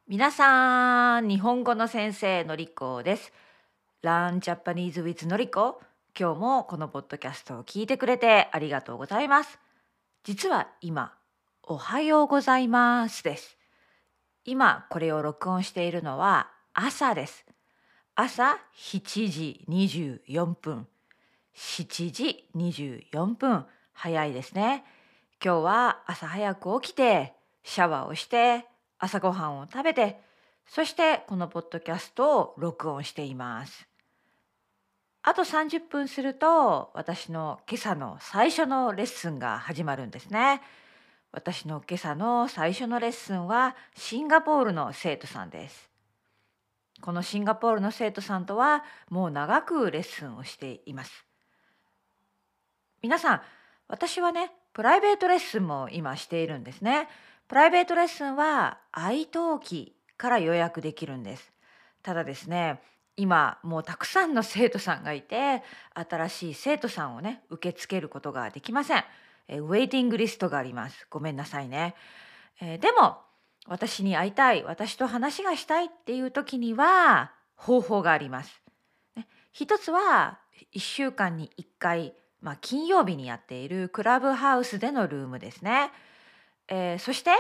皆さん、日本語の先生のりこです。Learn Japanese with のりこ。今日もこのポッドキャストを聞いてくれてありがとうございます。実は今、おはようございますです。今これを録音しているのは朝です。朝7時24分。7時24分。早いですね。今日は朝早く起きて、シャワーをして、朝ごはんを食べて、そしてこのポッドキャストを録音しています。あと30分すると、私の今朝の最初のレッスンが始まるんですね。私の今朝の最初のレッスンはシンガポールの生徒さんです。このシンガポールの生徒さんとはもう長くレッスンをしています。皆さん、私はね、プライベートレッスンも今しているんですね。プライベートレッスンは iTalki から予約できるんです。ただですね、今もうたくさんの生徒さんがいて、新しい生徒さんをね、受け付けることができません。ウェイティングリストがあります。ごめんなさいね。でも、私に会いたい、私と話がしたいっていう時には方法があります。一つは1週間に1回、金曜日にやっているクラブハウスでのルームですね。そして、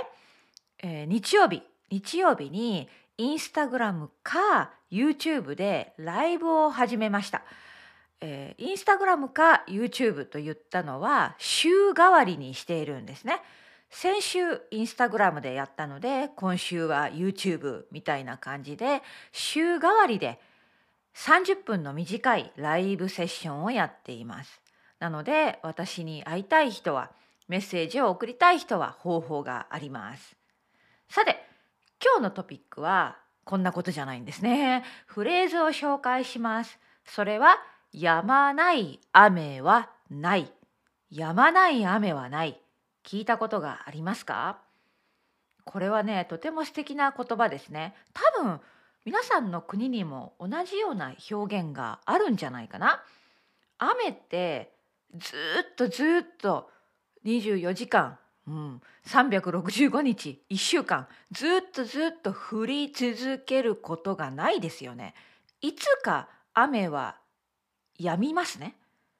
日曜日にインスタグラムか YouTube でライブを始めました。インスタグラムか YouTube と言ったのは週替わりにしているんですね。先週インスタグラムでやったので、今週は YouTube みたいな感じで週替わりで30分の短いライブセッションをやっています。なので、私に会いたい人は、メッセージを送りたい人は方法があります。さて、今日のトピックはこんなことじゃないんですね。フレーズを紹介します。それは、止まない雨はない。止まない雨はない。聞いたことがありますか？これはね、とても素敵な言葉ですね。多分、皆さんの国にも同じような表現があるんじゃないかな。雨ってずっと24時間、365日、1週間、ずっと降り続けることがないですよね。いつか雨は止みますね。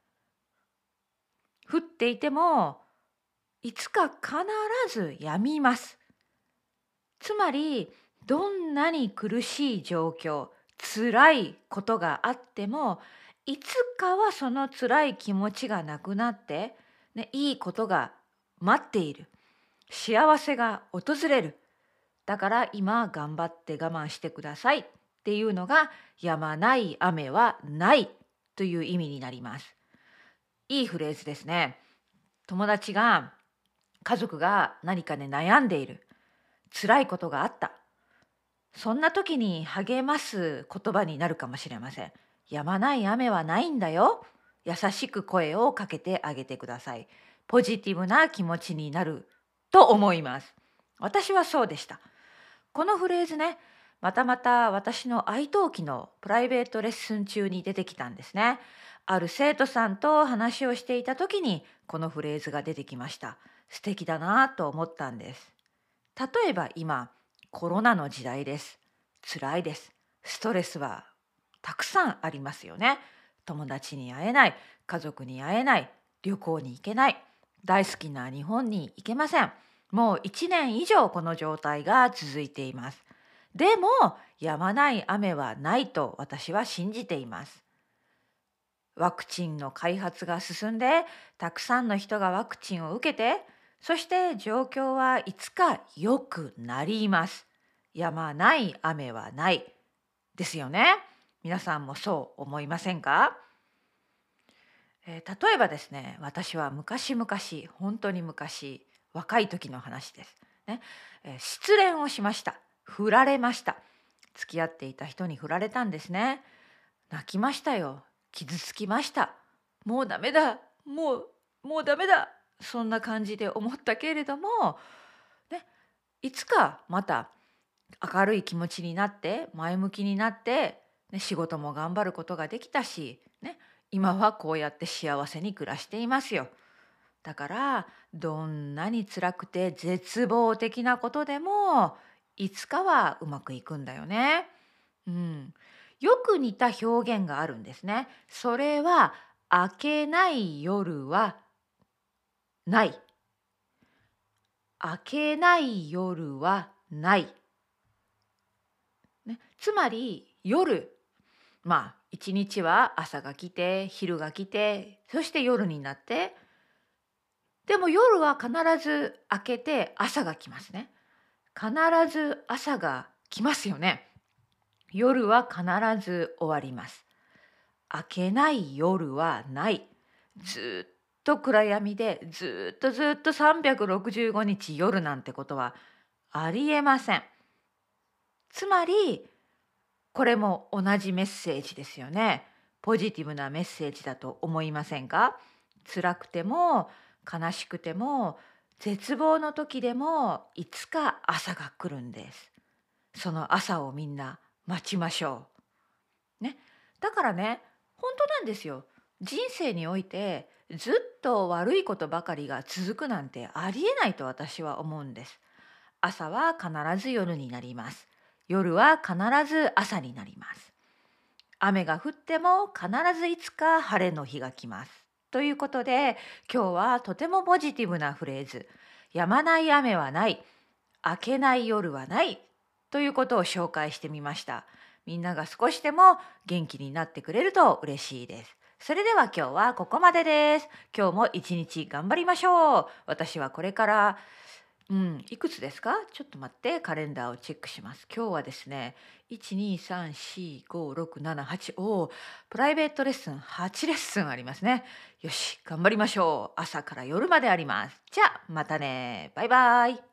降っていても、いつか必ず止みます。つまり、どんなに苦しい状況、辛いことがあっても、いつかはその辛い気持ちがなくなって、いいことが待っている。幸せが訪れる。だから今頑張って我慢してくださいっていうのが、止まない雨はないという意味になります。いいフレーズですね。友達が、家族が何かで悩んでいる。辛いことがあった。そんな時に励ます言葉になるかもしれません。止まない雨はないんだよ。優しく声をかけてあげてください。ポジティブな気持ちになると思います。私はそうでした。このフレーズね、またまた私の愛登記のプライベートレッスン中に出てきたんですね。ある生徒さんと話をしていた時にこのフレーズが出てきました。素敵だなと思ったんです。例えば今、コロナの時代です。辛いです。ストレスはたくさんありますよね。友達に会えない、家族に会えない、旅行に行けない、大好きな日本に行けません。もう1年以上この状態が続いています。でも、止まない雨はないと私は信じています。ワクチンの開発が進んで、たくさんの人がワクチンを受けて、そして状況はいつか良くなります。止まない雨はないですよね。皆さんもそう思いませんか？例えばですね、私は昔々、本当に昔、若い時の話です。ね失恋をしました。振られました。付き合っていた人に振られたんですね。泣きましたよ。傷つきました。もうダメだ。もうダメだ。そんな感じで思ったけれども、ね、いつかまた明るい気持ちになって、前向きになって、仕事も頑張ることができたし、今はこうやって幸せに暮らしていますよ。だから、どんなに辛くて絶望的なことでも、 いつかはうまくいくんだよね。うん。よく似た表現があるんですね。それは、明けない夜はない。明けない夜はない。ね、つまり夜、一日は朝が来て昼が来てそして夜になって、でも夜は必ず明けて朝が来ますね。必ず朝が来ますよね。夜は必ず終わります。明けない夜はない。ずっと暗闇でずっと365日夜なんてことはありえません。つまりこれも同じメッセージですよね。ポジティブなメッセージだと思いませんか？辛くても悲しくても絶望の時でもいつか朝が来るんです。その朝をみんな待ちましょう。ね。だからね、本当なんですよ。人生においてずっと悪いことばかりが続くなんてありえないと私は思うんです。朝は必ず夜になります。夜は必ず朝になります。雨が降っても必ずいつか晴れの日が来ます。ということで、今日はとてもポジティブなフレーズ、止まない雨はない、明けない夜はないということを紹介してみました。みんなが少しでも元気になってくれると嬉しいです。それでは今日はここまでです。今日も一日頑張りましょう。私はこれからいくつですか？ちょっと待って、カレンダーをチェックします。今日はですね、1、2、3、4、5、6、7、8、プライベートレッスン8レッスンありますね。よし、頑張りましょう。朝から夜まであります。じゃあ、またね。バイバイ。